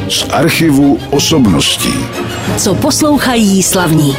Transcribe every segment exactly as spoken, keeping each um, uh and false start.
z archivu osobností. Co poslouchají slavní.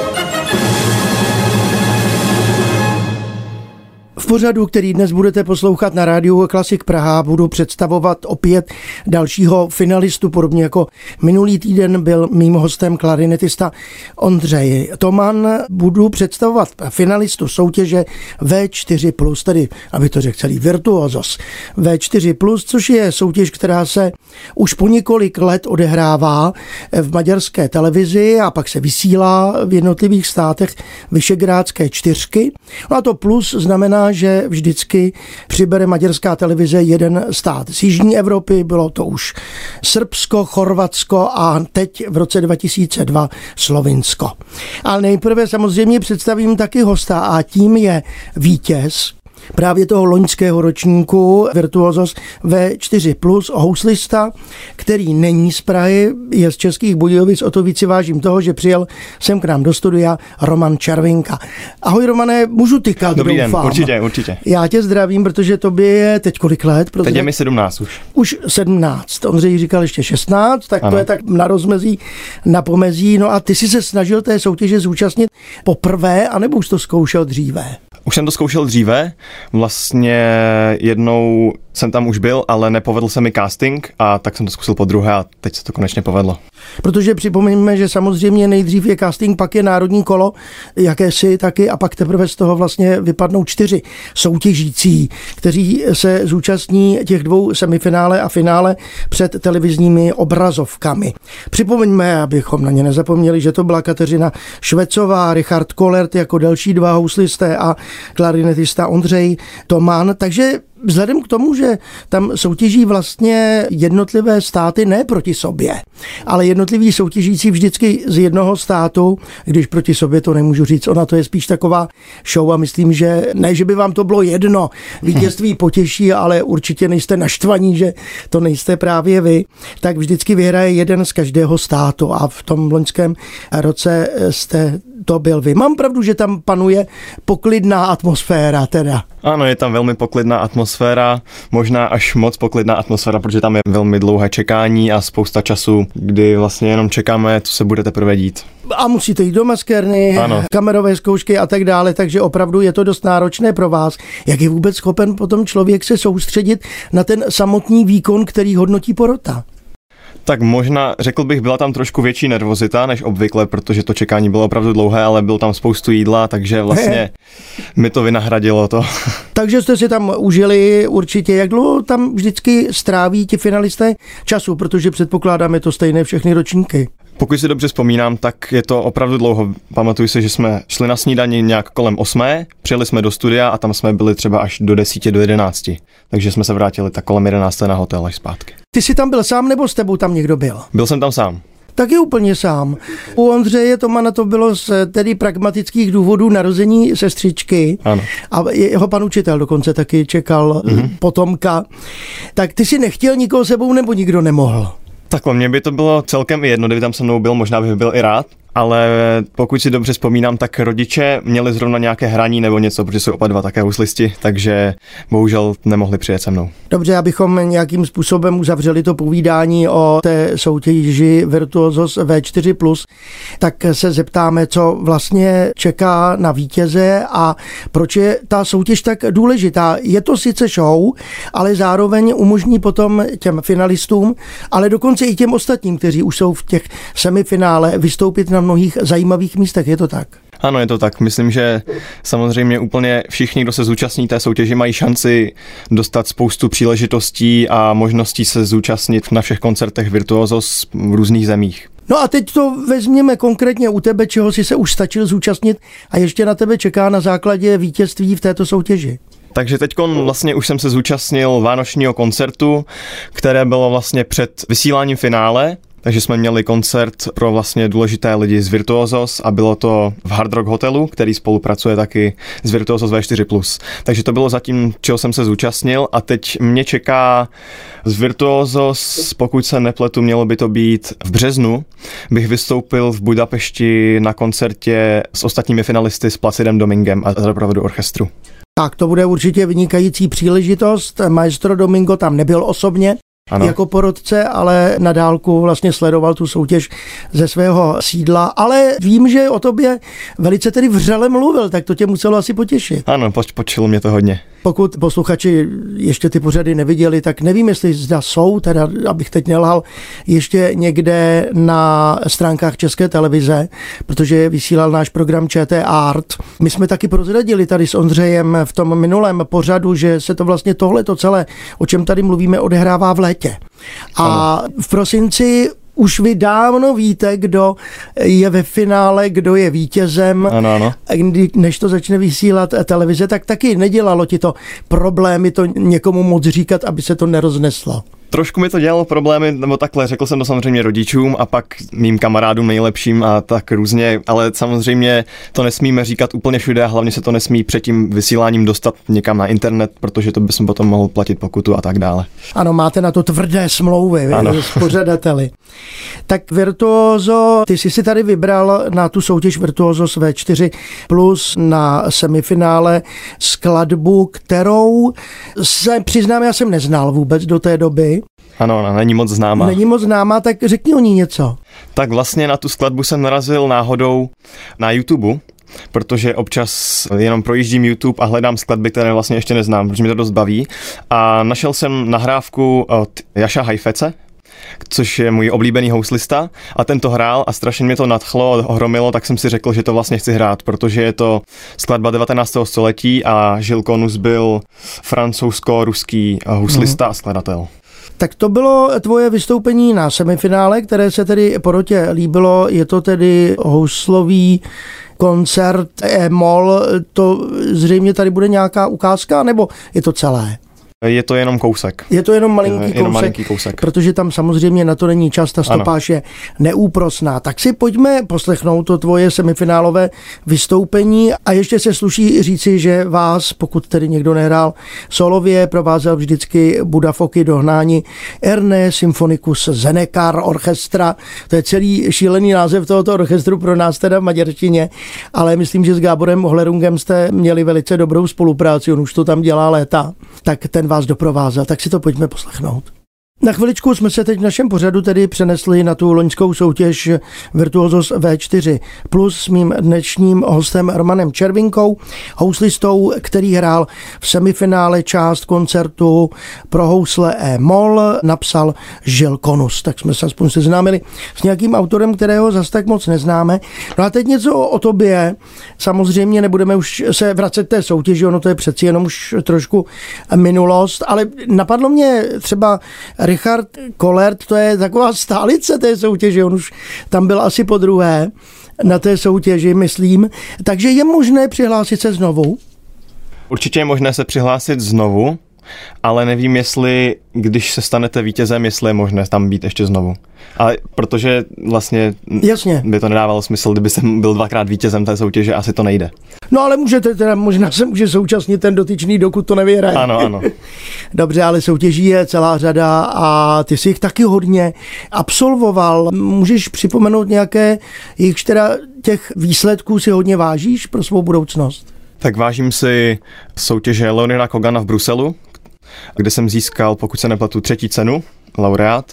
V pořadu, který dnes budete poslouchat na rádiu Klasik Praha, budu představovat opět dalšího finalistu, podobně jako minulý týden byl mým hostem klarinetista Ondřej Toman. Budu představovat finalistu soutěže V čtyři plus, tedy, aby to řekl celý virtuózos. V čtyři plus, což je soutěž, která se už po několik let odehrává v maďarské televizi a pak se vysílá v jednotlivých státech Visegrádské čtyřky. No a to plus znamená, že vždycky přibere maďarská televize jeden stát z jižní Evropy, bylo to už Srbsko, Chorvatsko a teď v roce dva tisíce dva Slovinsko. Ale nejprve samozřejmě představím taky hosta a tím je vítěz právě toho loňského ročníku Virtuózos V čtyři plus, houslista, který není z Prahy, je z Českých Budějovic, o to víc si vážím toho, že přijel sem k nám do studia Roman Červinka. Ahoj Romane, můžu tykat, Dobrý doufám. den, určitě, určitě. Já tě zdravím, protože tobě je teď kolik let? Teď je mi sedmnáct už. Už sedmnáct, Ondřej říkal ještě šestnáct, tak ano. To je tak na rozmezí, na pomezí. No a ty jsi se snažil té soutěže zúčastnit poprvé, anebo už to zkoušel dříve? Už jsem to zkoušel dříve, vlastně jednou jsem tam už byl, ale nepovedl se mi casting a tak jsem to zkusil po druhé a teď se to konečně povedlo. Protože připomeňme, že samozřejmě nejdřív je casting, pak je národní kolo, jakési taky a pak teprve z toho vlastně vypadnou čtyři soutěžící, kteří se zúčastní těch dvou semifinále a finále před televizními obrazovkami. Připomeňme, abychom na ně nezapomněli, že to byla Kateřina Švecová, Richard Kollert jako další dva houslisté a klarinetista Ondřej Toman, takže vzhledem k tomu, že tam soutěží vlastně jednotlivé státy ne proti sobě, ale jednotliví soutěžící vždycky z jednoho státu, když proti sobě to nemůžu říct, ona to je spíš taková show a myslím, že ne, že by vám to bylo jedno, vítězství potěší, ale určitě nejste naštvaní, že to nejste právě vy, tak vždycky vyhraje jeden z každého státu a v tom loňském roce jste to byl vy. Mám pravdu, že tam panuje poklidná atmosféra teda. Ano, je tam velmi poklidná atmosféra, možná až moc poklidná atmosféra, protože tam je velmi dlouhé čekání a spousta času, kdy vlastně jenom čekáme, co se bude teprve dít. A musíte jít do maskérny, ano. Kamerové zkoušky a tak dále, takže opravdu je to dost náročné pro vás. Jak je vůbec schopen potom člověk se soustředit na ten samotný výkon, který hodnotí porota? Tak možná, řekl bych, byla tam trošku větší nervozita než obvykle, protože to čekání bylo opravdu dlouhé, ale bylo tam spoustu jídla, takže vlastně He. mi to vynahradilo to. Takže jste si tam užili určitě, jak dlouho tam vždycky stráví ti finalisté času, protože předpokládáme to stejné všechny ročníky. Pokud si dobře vzpomínám, tak je to opravdu dlouho. Pamatuju si, že jsme šli na snídani nějak kolem osmé, přijeli jsme do studia a tam jsme byli třeba až do desíti, do jedenácti. Takže jsme se vrátili tak kolem jedenácté na hotel až zpátky. Ty jsi tam byl sám nebo s tebou tam někdo byl? Byl jsem tam sám. Tak je úplně sám. U Ondřeje Tomana to bylo z tedy pragmatických důvodů narození sestřičky. Ano. A jeho pan učitel dokonce taky čekal mm-hmm. potomka. Tak ty si nechtěl nikoho sebou nebo nikdo nemohl? Takhle, mně by to bylo celkem i jedno, kdyby tam se mnou byl, možná bych byl i rád, ale pokud si dobře vzpomínám, tak rodiče měli zrovna nějaké hraní nebo něco, protože jsou oba dva také huslisti, takže bohužel nemohli přijet se mnou. Dobře, abychom nějakým způsobem uzavřeli to povídání o té soutěži Virtuózos V čtyři plus, tak se zeptáme, co vlastně čeká na vítěze a proč je ta soutěž tak důležitá. Je to sice show, ale zároveň umožní potom těm finalistům, ale dokonce i těm ostatním, kteří už jsou v těch semifinále, vystoupit na mnohých zajímavých místech, je to tak? Ano, je to tak. Myslím, že samozřejmě úplně všichni, kdo se zúčastní té soutěži, mají šanci dostat spoustu příležitostí a možností se zúčastnit na všech koncertech Virtuózos v různých zemích. No a teď to vezměme konkrétně u tebe, čeho si se už stačil zúčastnit a ještě na tebe čeká na základě vítězství v této soutěži. Takže teďkon vlastně už jsem se zúčastnil vánočního koncertu, které bylo vlastně před vysíláním finále. Takže jsme měli koncert pro vlastně důležité lidi z Virtuózos a bylo to v Hard Rock hotelu, který spolupracuje taky s Virtuózos V čtyři plus. Takže to bylo zatím, čeho jsem se zúčastnil a teď mě čeká z Virtuózos, pokud se nepletu, mělo by to být v březnu, bych vystoupil v Budapešti na koncertě s ostatními finalisty s Placidem Domingem a doprovodu orchestru. Tak to bude určitě vynikající příležitost. Maestro Domingo tam nebyl osobně, ano. jako porodce, ale na dálku vlastně sledoval tu soutěž ze svého sídla, ale vím, že o tobě velice tedy vřele mluvil, tak to tě muselo asi potěšit. Ano, poč- počilo mě to hodně. Pokud posluchači ještě ty pořady neviděli, tak nevím, jestli zda jsou, teda abych teď nelhal, ještě někde na stránkách České televize, protože vysílal náš program Č T Art. My jsme taky prozradili tady s Ondřejem v tom minulém pořadu, že se to vlastně tohleto celé, o čem tady mluvíme, odehrává v létě. A ano. v prosinci už vy dávno víte, kdo je ve finále, kdo je vítězem. Ano, ano. Než to začne vysílat televize, tak taky nedělalo ti to problémy to někomu moc říkat, aby se to nerozneslo. Trošku mi to dělalo problémy, nebo takhle, řekl jsem to samozřejmě rodičům a pak mým kamarádům nejlepším a tak různě, ale samozřejmě to nesmíme říkat úplně všude a hlavně se to nesmí před tím vysíláním dostat někam na internet, protože to bychom potom mohl platit pokutu a tak dále. Ano, máte na to tvrdé smlouvy ano. s pořadateli. Tak Virtuózo, ty jsi si tady vybral na tu soutěž Virtuózos V čtyři plus na semifinále skladbu, kterou se přiznám, já jsem neznal vůbec do té doby. Ano, ona není moc známá. Není moc známá, tak řekni o ní něco. Tak vlastně na tu skladbu jsem narazil náhodou na YouTube, protože občas jenom projíždím YouTube a hledám skladby, které vlastně ještě neznám, protože mě to dost baví. A našel jsem nahrávku od Jaša Hajfece, což je můj oblíbený houslista, a ten to hrál a strašně mě to nadchlo a ohromilo, tak jsem si řekl, že to vlastně chci hrát, protože je to skladba devatenáctého století a Žil Konus byl francouzsko-ruský houslista a skladatel. Tak to bylo tvoje vystoupení na semifinále, které se tedy porotě líbilo. Je to tedy houslový koncert E-moll. To zřejmě tady bude nějaká ukázka, nebo je to celé? Je to jenom kousek. Je to jenom malinký, je, kousek, jenom malinký kousek, protože tam samozřejmě na to není čas, ta stopáž ano. je neúprosná. Tak si pojďme poslechnout to tvoje semifinálové vystoupení a ještě se sluší říci, že vás, pokud tedy někdo nehrál solově, provázel vždycky Budafoky dohnání Erne Symfonicus Zenekar Orchestra. To je celý šílený název tohoto orchestru pro nás teda v maďarštině, ale myslím, že s Gáborem Ohlerungem jste měli velice dobrou spolupráci, on už to tam dělá léta. Tak ten vás doprovázel, tak si to pojďme poslechnout. Na chviličku jsme se teď v našem pořadu tedy přenesli na tu loňskou soutěž Virtuózos V čtyři plus s mým dnešním hostem Romanem Červinkou, houslistou, který hrál v semifinále část koncertu pro housle E-moll, napsal Žil Konus. Tak jsme se aspoň seznámili s nějakým autorem, kterého zas tak moc neznáme. No a teď něco o, o tobě. Samozřejmě nebudeme už se vracet k té soutěži, ono to je přeci jenom už trošku minulost, ale napadlo mě třeba Richard Kollert, to je taková stálice té soutěže, on už tam byl asi po druhé na té soutěži, myslím. Takže je možné přihlásit se znovu? Určitě je možné se přihlásit znovu, ale nevím, jestli, když se stanete vítězem, jestli je možné tam být ještě znovu. Ale protože vlastně Jasně. by to nedávalo smysl, kdyby jsem byl dvakrát vítězem té soutěže, asi to nejde. No ale můžete teda, možná se může současnit ten dotyčný, dokud to nevyhraje. Ano, ano. Dobře, ale soutěží je celá řada a ty jsi jich taky hodně absolvoval. Můžeš připomenout nějaké, jichž teda těch výsledků si hodně vážíš pro svou budoucnost? Tak vážím si soutěže Leonida Kogana v Bruselu, kde jsem získal, pokud se nepletu, třetí cenu, laureát.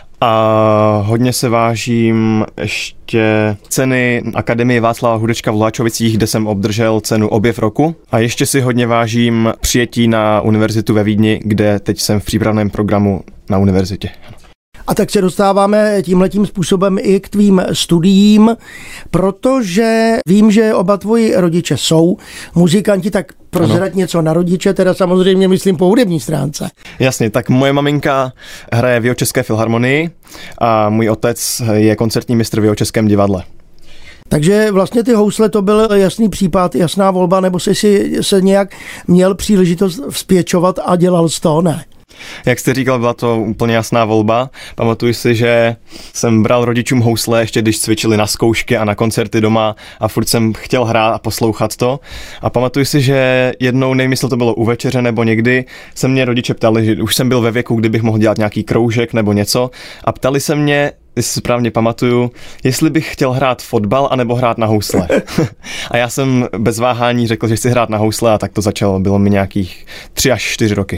A hodně se vážím ještě ceny Akademie Václava Hudečka v Luhačovicích, kde jsem obdržel cenu Objev roku. A ještě si hodně vážím přijetí na univerzitu ve Vídni, kde teď jsem v přípravném programu na univerzitě. A tak se dostáváme tímhletím způsobem i k tvým studiím, protože vím, že oba tvoji rodiče jsou muzikanti, tak prozrať něco na rodiče, teda samozřejmě myslím po hudební stránce. Jasně, tak moje maminka hraje v Jihočeské filharmonii a můj otec je koncertní mistr v Jihočeském divadle. Takže vlastně ty housle to byl jasný případ, jasná volba, nebo jsi si se nějak měl příležitost vzpěčovat a dělal z toho, ne? Jak jste říkal, byla to úplně jasná volba. Pamatuju si, že jsem bral rodičům housle, ještě když cvičili na zkoušky a na koncerty doma a furt jsem chtěl hrát a poslouchat to. A pamatuju si, že jednou, nevím, jestli to bylo u večeře nebo někdy, se mě rodiče ptali, že už jsem byl ve věku, kdybych mohl dělat nějaký kroužek nebo něco a ptali se mě, jestli si správně pamatuju, jestli bych chtěl hrát fotbal anebo hrát na housle. A já jsem bez váhání řekl, že chci hrát na housle a tak to začalo, bylo mi nějakých tři až čtyři roky.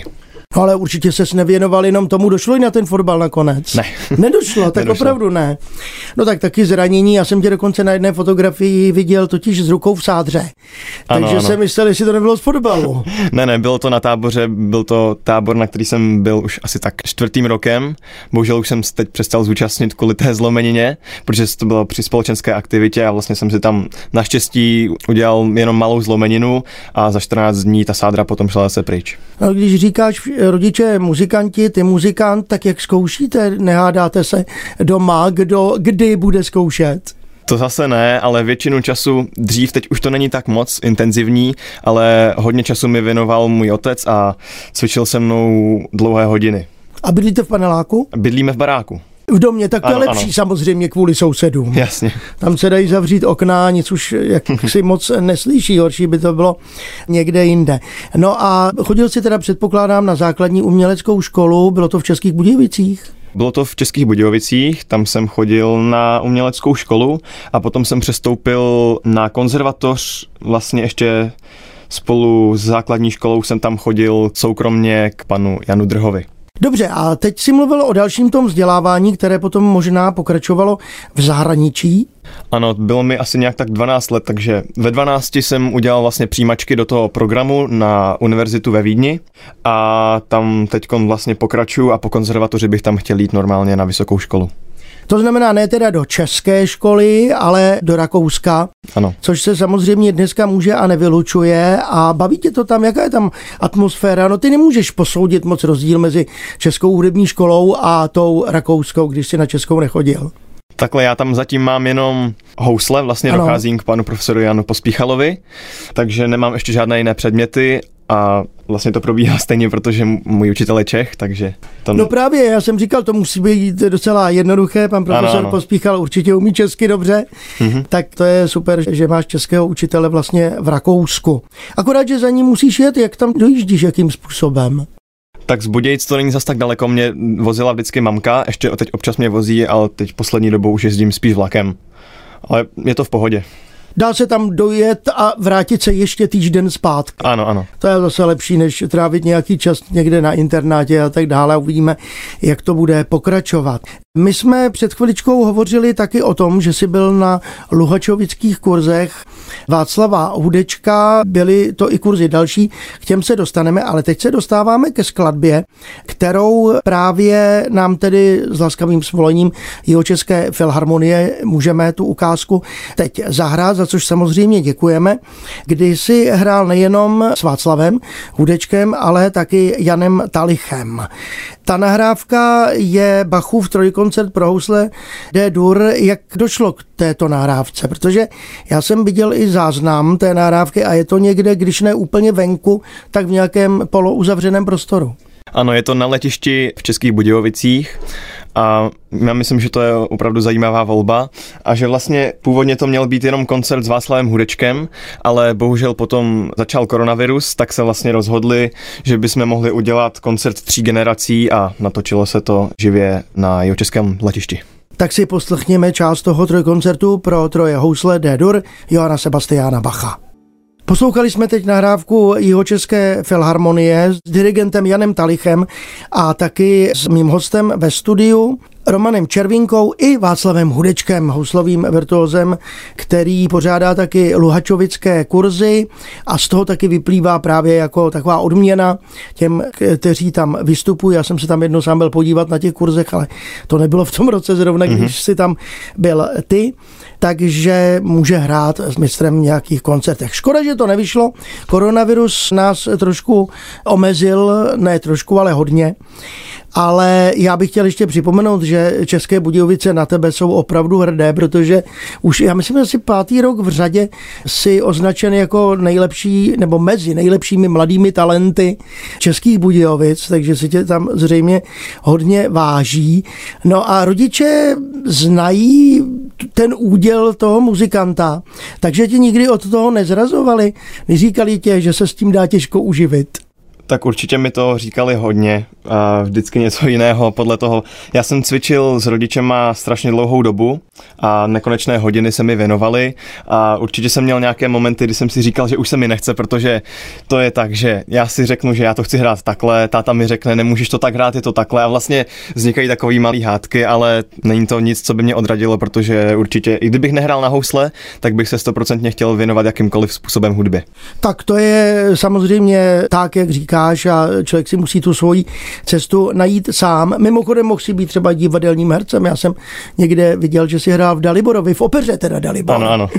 No ale určitě ses nevěnoval jenom tomu, došlo i na ten fotbal nakonec. Ne. Nedošlo, tak Nedošlo. Opravdu ne. No tak taky zranění, já jsem tě dokonce na jedné fotografii viděl totiž s rukou v sádře. Ano, Takže ano. jsem myslel, jestli to nebylo z fotbalu. Ne, ne, bylo to na táboře, byl to tábor, na který jsem byl už asi tak čtvrtým rokem. Bohužel už jsem se teď přestal zúčastnit kvůli té zlomenině, protože to bylo při společenské aktivitě a vlastně jsem si tam naštěstí udělal jenom malou zlomeninu a za čtrnáct dní ta sádra potom šla zase pryč. No, když říkáš rodiče muzikanti, ty muzikant, tak jak zkoušíte? Nehádáte se doma, kdo kdy bude zkoušet? To zase ne, ale většinu času, dřív teď už to není tak moc intenzivní, ale hodně času mi věnoval můj otec a cvičil se mnou dlouhé hodiny. A bydlíte v paneláku? Bydlíme v baráku. V domě, tak to Ano, je lepší ano. samozřejmě kvůli sousedům. Jasně. Tam se dají zavřít okna, nic už jak si moc neslyší, horší by to bylo někde jinde. No a chodil si teda, předpokládám, na základní uměleckou školu, bylo to v Českých Budějovicích? Bylo to v Českých Budějovicích, tam jsem chodil na uměleckou školu a potom jsem přestoupil na konzervatoř, vlastně ještě spolu s základní školou jsem tam chodil soukromně k panu Janu Drhovi. Dobře, a teď si mluvil o dalším tom vzdělávání, které potom možná pokračovalo v zahraničí. Ano, bylo mi asi nějak tak dvanáct let, takže ve dvanácti jsem udělal vlastně přijímačky do toho programu na univerzitu ve Vídni a tam teďkon vlastně pokračuju a po konzervatoři bych tam chtěl jít normálně na vysokou školu. To znamená ne teda do české školy, ale do Rakouska, Ano. což se samozřejmě dneska může a nevylučuje. A baví tě to tam, jaká je tam atmosféra? No ty nemůžeš posoudit moc rozdíl mezi českou hudební školou a tou rakouskou, když si na českou nechodil. Takhle já tam zatím mám jenom housle, vlastně Ano. docházím k panu profesoru Janu Pospíchalovi, takže nemám ještě žádné jiné předměty a vlastně to probíhá stejně, protože můj učitel je Čech, takže to... No právě, já jsem říkal, to musí být docela jednoduché, pan profesor Ano, ano. Pospíchal určitě umí česky dobře, Mhm. tak to je super, že máš českého učitele vlastně v Rakousku. Akorát, že za ním musíš jet, jak tam dojíždíš, jakým způsobem. Tak z Budějic to není zas tak daleko, mě vozila vždycky mamka, ještě teď občas mě vozí, ale teď poslední dobou už jezdím spíš vlakem. Ale je to v pohodě. Dá se tam dojet a vrátit se ještě týden zpátky. Ano, ano. To je zase lepší, než trávit nějaký čas někde na internátě a tak dále. Uvidíme, jak to bude pokračovat. My jsme před chviličkou hovořili taky o tom, že jsi byl na luhačovických kurzech Václava Hudečka, byly to i kurzy další, k těm se dostaneme, ale teď se dostáváme ke skladbě, kterou právě nám tedy s laskavým svolením Jihočeské filharmonie můžeme tu ukázku teď zahrát, za což samozřejmě děkujeme, kdy si hrál nejenom s Václavem Hudečkem, ale taky Janem Talichem. Ta nahrávka je Bachův trojkoncert pro housle D-dur. Jak došlo k této nahrávce? Protože já jsem viděl i záznam té nahrávky a je to někde, když ne úplně venku, tak v nějakém polouzavřeném prostoru. Ano, je to na letišti v Českých Budějovicích a já myslím, že to je opravdu zajímavá volba a že vlastně původně to měl být jenom koncert s Václavem Hudečkem, ale bohužel potom začal koronavirus, tak se vlastně rozhodli, že bychom mohli udělat koncert tří generací a natočilo se to živě na Jihočeském letišti. Tak si poslechněme část toho trojkoncertu pro troje housle D-dur Johanna Sebastiana Bacha. Poslouchali jsme teď nahrávku Jihočeské filharmonie s dirigentem Janem Talichem a taky s mým hostem ve studiu Romanem Červinkou i Václavem Hudečkem, houslovým virtuózem, který pořádá taky luhačovické kurzy a z toho taky vyplývá právě jako taková odměna těm, kteří tam vystupují. Já jsem se tam jednou sám byl podívat na těch kurzech, ale to nebylo v tom roce zrovna, mm-hmm. když si tam byl ty, takže může hrát s mistrem v nějakých koncertech. Škoda, že to nevyšlo. Koronavirus nás trošku omezil, ne trošku, ale hodně. Ale já bych chtěl ještě připomenout, že České Budějovice na tebe jsou opravdu hrdé, protože už, já myslím, že asi pátý rok v řadě si označen jako nejlepší, nebo mezi nejlepšími mladými talenty Českých Budějovic, takže si tě tam zřejmě hodně váží. No a rodiče znají ten úděl toho muzikanta, takže tě nikdy od toho nezrazovali, neříkali tě, že se s tím dá těžko uživit. Tak určitě mi to říkali hodně a vždycky něco jiného podle toho. Já jsem cvičil s rodičema strašně dlouhou dobu a nekonečné hodiny se mi věnovaly a určitě jsem měl nějaké momenty, kdy jsem si říkal, že už se mi nechce, protože to je tak, že já si řeknu, že já to chci hrát takhle, táta mi řekne, nemůžeš to tak hrát, je to takhle a vlastně vznikají takový malý hádky, ale není to nic, co by mě odradilo, protože určitě, i kdybych nehrál na housle, tak bych se stoprocentně chtěl věnovat jakýmkoliv způsobem hudbě. Tak to je samozřejmě tak, jak říkáš, a člověk si musí tu svoji cestu najít sám. Mimochodem mohl si být třeba divadelním hercem. Já jsem někde viděl, že si hrál v Daliborovi, v opeře teda Dalibor. Ano, ano.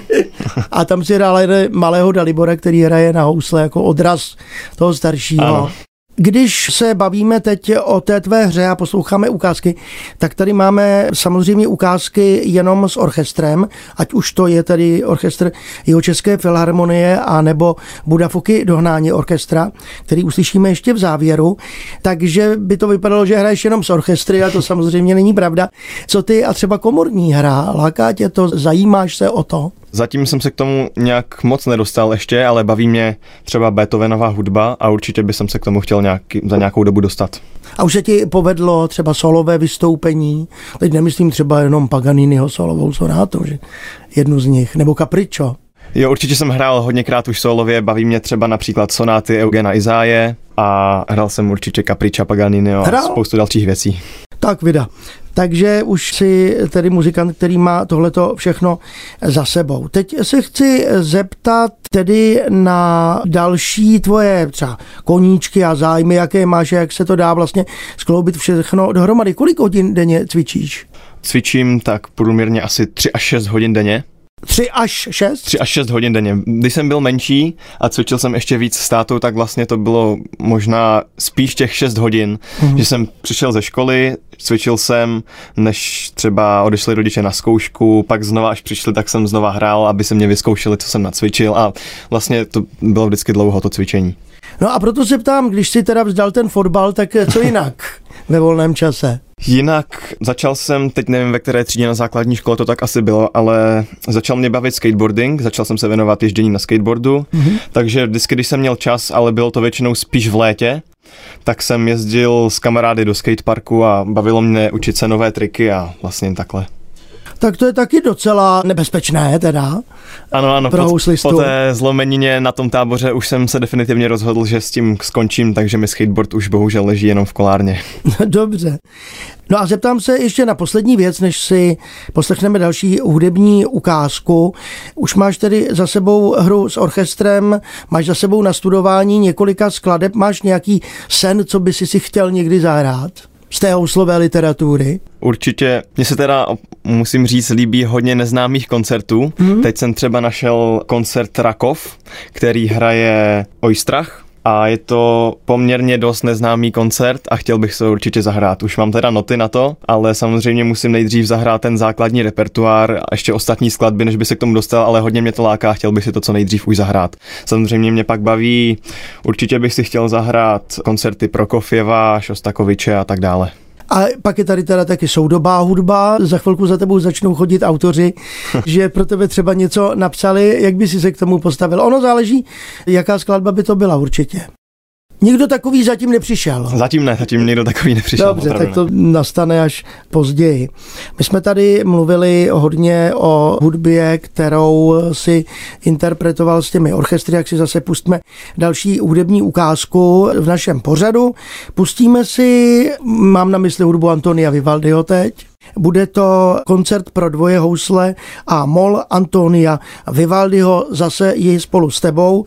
A tam si hrál jeden malého Dalibora, který hraje na housle jako odraz toho staršího. Ano. Když se bavíme teď o té tvé hře a posloucháme ukázky, tak tady máme samozřejmě ukázky jenom s orchestrem, ať už to je tady orchestr Jihočeské filharmonie a nebo Budafoky dohnání orchestra, který uslyšíme ještě v závěru. Takže by to vypadalo, že hraješ jenom s orchestry a to samozřejmě není pravda. Co ty a třeba komorní hra? Láká tě to? Zajímáš se o to? Zatím jsem se k tomu nějak moc nedostal ještě, ale baví mě třeba Beethovenova hudba a určitě bych se k tomu chtěl nějaký, za nějakou dobu dostat. A už se ti povedlo třeba solové vystoupení? Teď nemyslím třeba jenom Paganiniho solovou sonátu, že jednu z nich, nebo Capriccio. Jo, určitě jsem hrál hodněkrát už solově, baví mě třeba například sonáty Eugena Izáje a hrál jsem určitě Capriccia Paganiniho a spoustu dalších věcí. Tak vida. Takže už si tedy muzikant, který má tohleto všechno za sebou. Teď se chci zeptat tedy na další tvoje třeba koníčky a zájmy, jaké máš a jak se to dá vlastně skloubit všechno dohromady. Kolik hodin denně cvičíš? Cvičím tak průměrně asi tři až šest hodin denně. Tři až šest? Tři až šest hodin denně. Když jsem byl menší a cvičil jsem ještě víc s tátou, tak vlastně to bylo možná spíš těch šest hodin, mm. že jsem přišel ze školy, cvičil jsem, než třeba odešli rodiče na zkoušku, pak znova, až přišli, tak jsem znova hrál, aby se mě vyzkoušeli, co jsem nacvičil a vlastně to bylo vždycky dlouho to cvičení. No a proto se ptám, když si teda vzdal ten fotbal, tak co jinak ve volném čase? Jinak začal jsem, teď nevím, ve které třídě na základní škole to tak asi bylo, ale začal mě bavit skateboarding, začal jsem se věnovat ježdění na skateboardu, mm-hmm. takže vždycky, když jsem měl čas, ale bylo to většinou spíš v létě, tak jsem jezdil s kamarády do skateparku a bavilo mě učit se nové triky a vlastně takhle. Tak to je taky docela nebezpečné teda. Ano, ano, pro po, houslistu. Po té zlomenině na tom táboře už jsem se definitivně rozhodl, že s tím skončím, takže mi skateboard už bohužel leží jenom v kolárně. Dobře. No a zeptám se ještě na poslední věc, než si poslechneme další hudební ukázku. Už máš tedy za sebou hru s orchestrem, máš za sebou nastudování několika skladeb, máš nějaký sen, co by si si chtěl někdy zahrát z té houslové literatury? Určitě. Mně se teda, musím říct, líbí hodně neznámých koncertů. Hmm. Teď jsem třeba našel koncert Rakov, který hraje Oistrach. A je to poměrně dost neznámý koncert a chtěl bych se určitě zahrát. Už mám teda noty na to, ale samozřejmě musím nejdřív zahrát ten základní repertoár a ještě ostatní skladby, než by se k tomu dostal, ale hodně mě to láká, chtěl bych si to co nejdřív už zahrát. Samozřejmě mě pak baví, určitě bych si chtěl zahrát koncerty Prokofjeva, Šostakoviče a tak dále. A pak je tady teda taky soudobá hudba, za chvilku za tebou začnou chodit autoři, že pro tebe třeba něco napsali, jak by si se k tomu postavil. Ono záleží, jaká skladba by to byla určitě. Nikdo takový zatím nepřišel. Zatím ne, zatím nikdo takový nepřišel. Dobře, tak to nastane až později. My jsme tady mluvili hodně o hudbě, kterou si interpretoval s těmi orchestry, jak si zase pustíme další hudební ukázku v našem pořadu. Pustíme si, mám na mysli hudbu Antonia Vivaldiho teď. Bude to koncert pro dvoje housle a mol Antonia Vivaldiho, zase ji spolu s tebou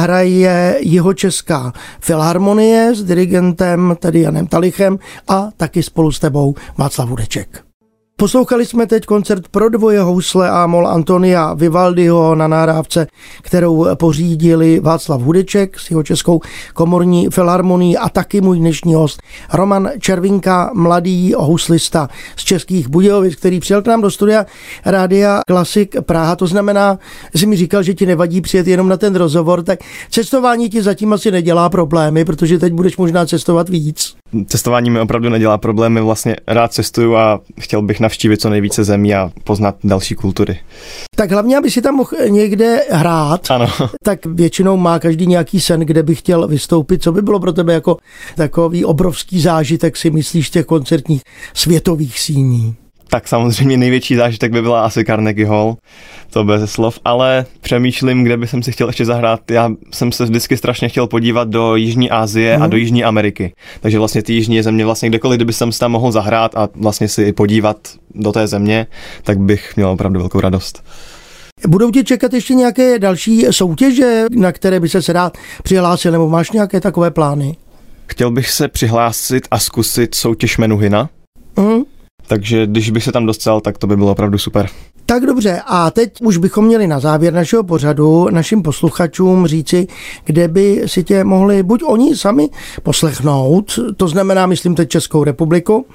hraje Jihočeská filharmonie s dirigentem, tedy Janem Talichem, a taky spolu s tebou Václav Hudeček. Poslouchali jsme teď koncert pro dvoje housle a mol Antonia Vivaldiho na nahrávce, kterou pořídili Václav Hudeček s Jihočeskou komorní filharmonií a taky můj dnešní host Roman Červinka, mladý houslista z Českých Budějovic, který přijel k nám do studia Rádia Klasik Praha. To znamená, že mi říkal, že ti nevadí přijet jenom na ten rozhovor, tak cestování ti zatím asi nedělá problémy, protože teď budeš možná cestovat víc. Cestování mi opravdu nedělá problémy, vlastně rád cestuju a chtěl bych navštívit co nejvíce zemí a poznat další kultury. Tak hlavně, aby si tam mohl někde hrát, ano. Tak většinou má každý nějaký sen, kde by chtěl vystoupit. Co by bylo pro tebe jako takový obrovský zážitek, si myslíš, těch koncertních světových síní? Tak samozřejmě největší zážitek by byla asi Carnegie Hall, to bez slov, ale přemýšlím, kde bych si chtěl ještě zahrát. Já jsem se vždycky strašně chtěl podívat do Jižní Asie hmm. a do Jižní Ameriky. Takže vlastně ty jižní země, vlastně kdekoliv, kdyby jsem se tam mohl zahrát a vlastně si podívat do té země, tak bych měl opravdu velkou radost. Budou tě čekat ještě nějaké další soutěže, na které by se rád přihlásil, nebo máš nějaké takové plány? Chtěl bych se přihlásit a zkusit soutěž Menuhina. Hmm. Takže když bych se tam dostal, tak to by bylo opravdu super. Tak dobře, a teď už bychom měli na závěr našeho pořadu našim posluchačům říci, kde by si tě mohli buď oni sami poslechnout, to znamená, myslím teď Českou republiku,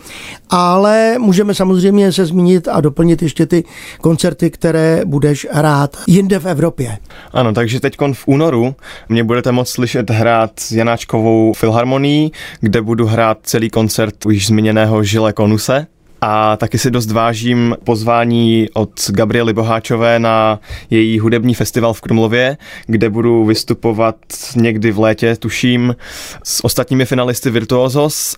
ale můžeme samozřejmě se zmínit a doplnit ještě ty koncerty, které budeš hrát jinde v Evropě. Ano, takže teď v únoru mě budete moct slyšet hrát s Janáčkovou filharmonií, kde budu hrát celý koncert už zmíněného Žile Konuse. A taky si dost vážím pozvání od Gabriely Boháčové na její hudební festival v Krumlově, kde budu vystupovat někdy v létě, tuším, s ostatními finalisty Virtuosos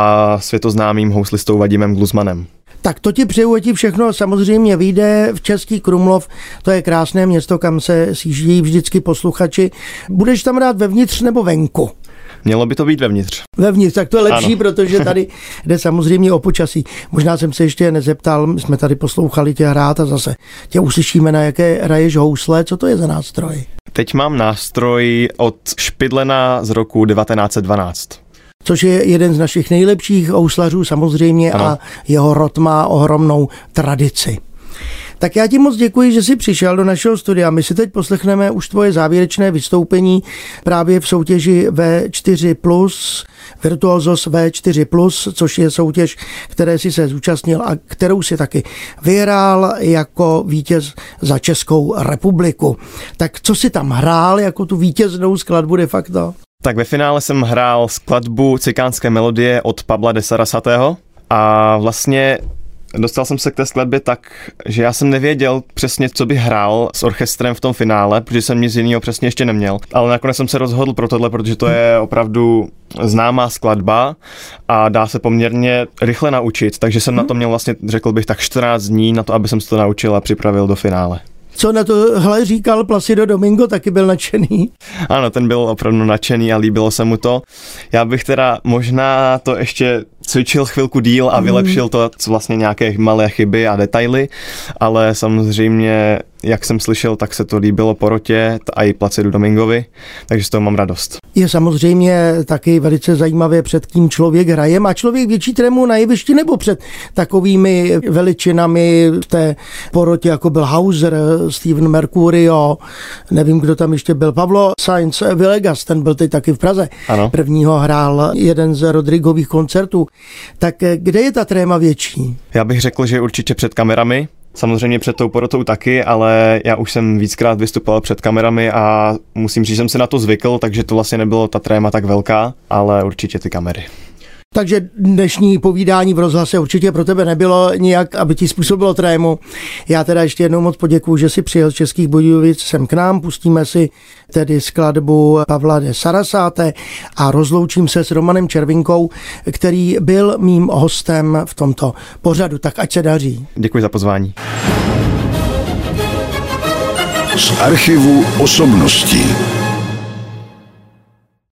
a světoznámým houslistou Vadimem Gluzmanem. Tak to ti přeju, ti všechno samozřejmě vyjde v Český Krumlov, to je krásné město, kam se sjíždějí vždycky posluchači. Budeš tam rád vevnitř nebo venku? Mělo by to být vevnitř. Vevnitř, tak to je lepší, ano. Protože tady jde samozřejmě o počasí. Možná jsem se ještě nezeptal, my jsme tady poslouchali tě hrát a zase tě uslyšíme, na jaké hraješ housle. Co to je za nástroj? Teď mám nástroj od Špidlena z roku devatenáct set dvanáct. Což je jeden z našich nejlepších houslařů samozřejmě, ano. A jeho rod má ohromnou tradici. Tak já ti moc děkuji, že jsi přišel do našeho studia. My si teď poslechneme už tvoje závěrečné vystoupení právě v soutěži V čtyři plus, Virtuosos V čtyři plus, což je soutěž, které si se zúčastnil a kterou si taky vyhrál jako vítěz za Českou republiku. Tak co si tam hrál jako tu vítěznou skladbu de facto? Tak ve finále jsem hrál skladbu Cikánské melodie od Pabla de Sarasatého a vlastně dostal jsem se k té skladbě tak, že já jsem nevěděl přesně, co bych hrál s orchestrem v tom finále, protože jsem nic jiného přesně ještě neměl. Ale nakonec jsem se rozhodl pro tohle, protože to je opravdu známá skladba a dá se poměrně rychle naučit, takže jsem hmm. na to měl vlastně, řekl bych, tak čtrnáct dní na to, aby jsem se to naučil a připravil do finále. Co na to hle říkal Placido Domingo, taky byl nadšený? Ano, ten byl opravdu nadšený a líbilo se mu to. Já bych teda možná to ještě cvičil chvilku díl a vylepšil to, co vlastně nějaké malé chyby a detaily, ale samozřejmě, jak jsem slyšel, tak se to líbilo porotě a i Placidu Domingovi, takže z toho mám radost. Je samozřejmě taky velice zajímavé, před kým člověk hraje. Má člověk větší trému na jevišti nebo před takovými veličinami v té porotě, jako byl Hauser, Steven Mercurio, nevím, kdo tam ještě byl, Pablo Sainz Villegas, ten byl teď taky v Praze. Ano. Prvního hrál jeden z Rodrigových koncertů. Tak kde je ta tréma větší? Já bych řekl, že určitě před kamerami. Samozřejmě před tou porotou taky, ale já už jsem víckrát vystupoval před kamerami a musím říct, že jsem se na to zvykl, takže to vlastně nebylo ta tréma tak velká, ale určitě ty kamery. Takže dnešní povídání v rozhlase určitě pro tebe nebylo nijak, aby ti způsobilo trému. Já teda ještě jednou moc poděkuju, že jsi přijel z Českých Budějovic sem k nám. Pustíme si tedy skladbu Pavla de Sarasate a rozloučím se s Romanem Červinkou, který byl mým hostem v tomto pořadu. Tak ať se daří. Děkuji za pozvání. Z archivu osobností.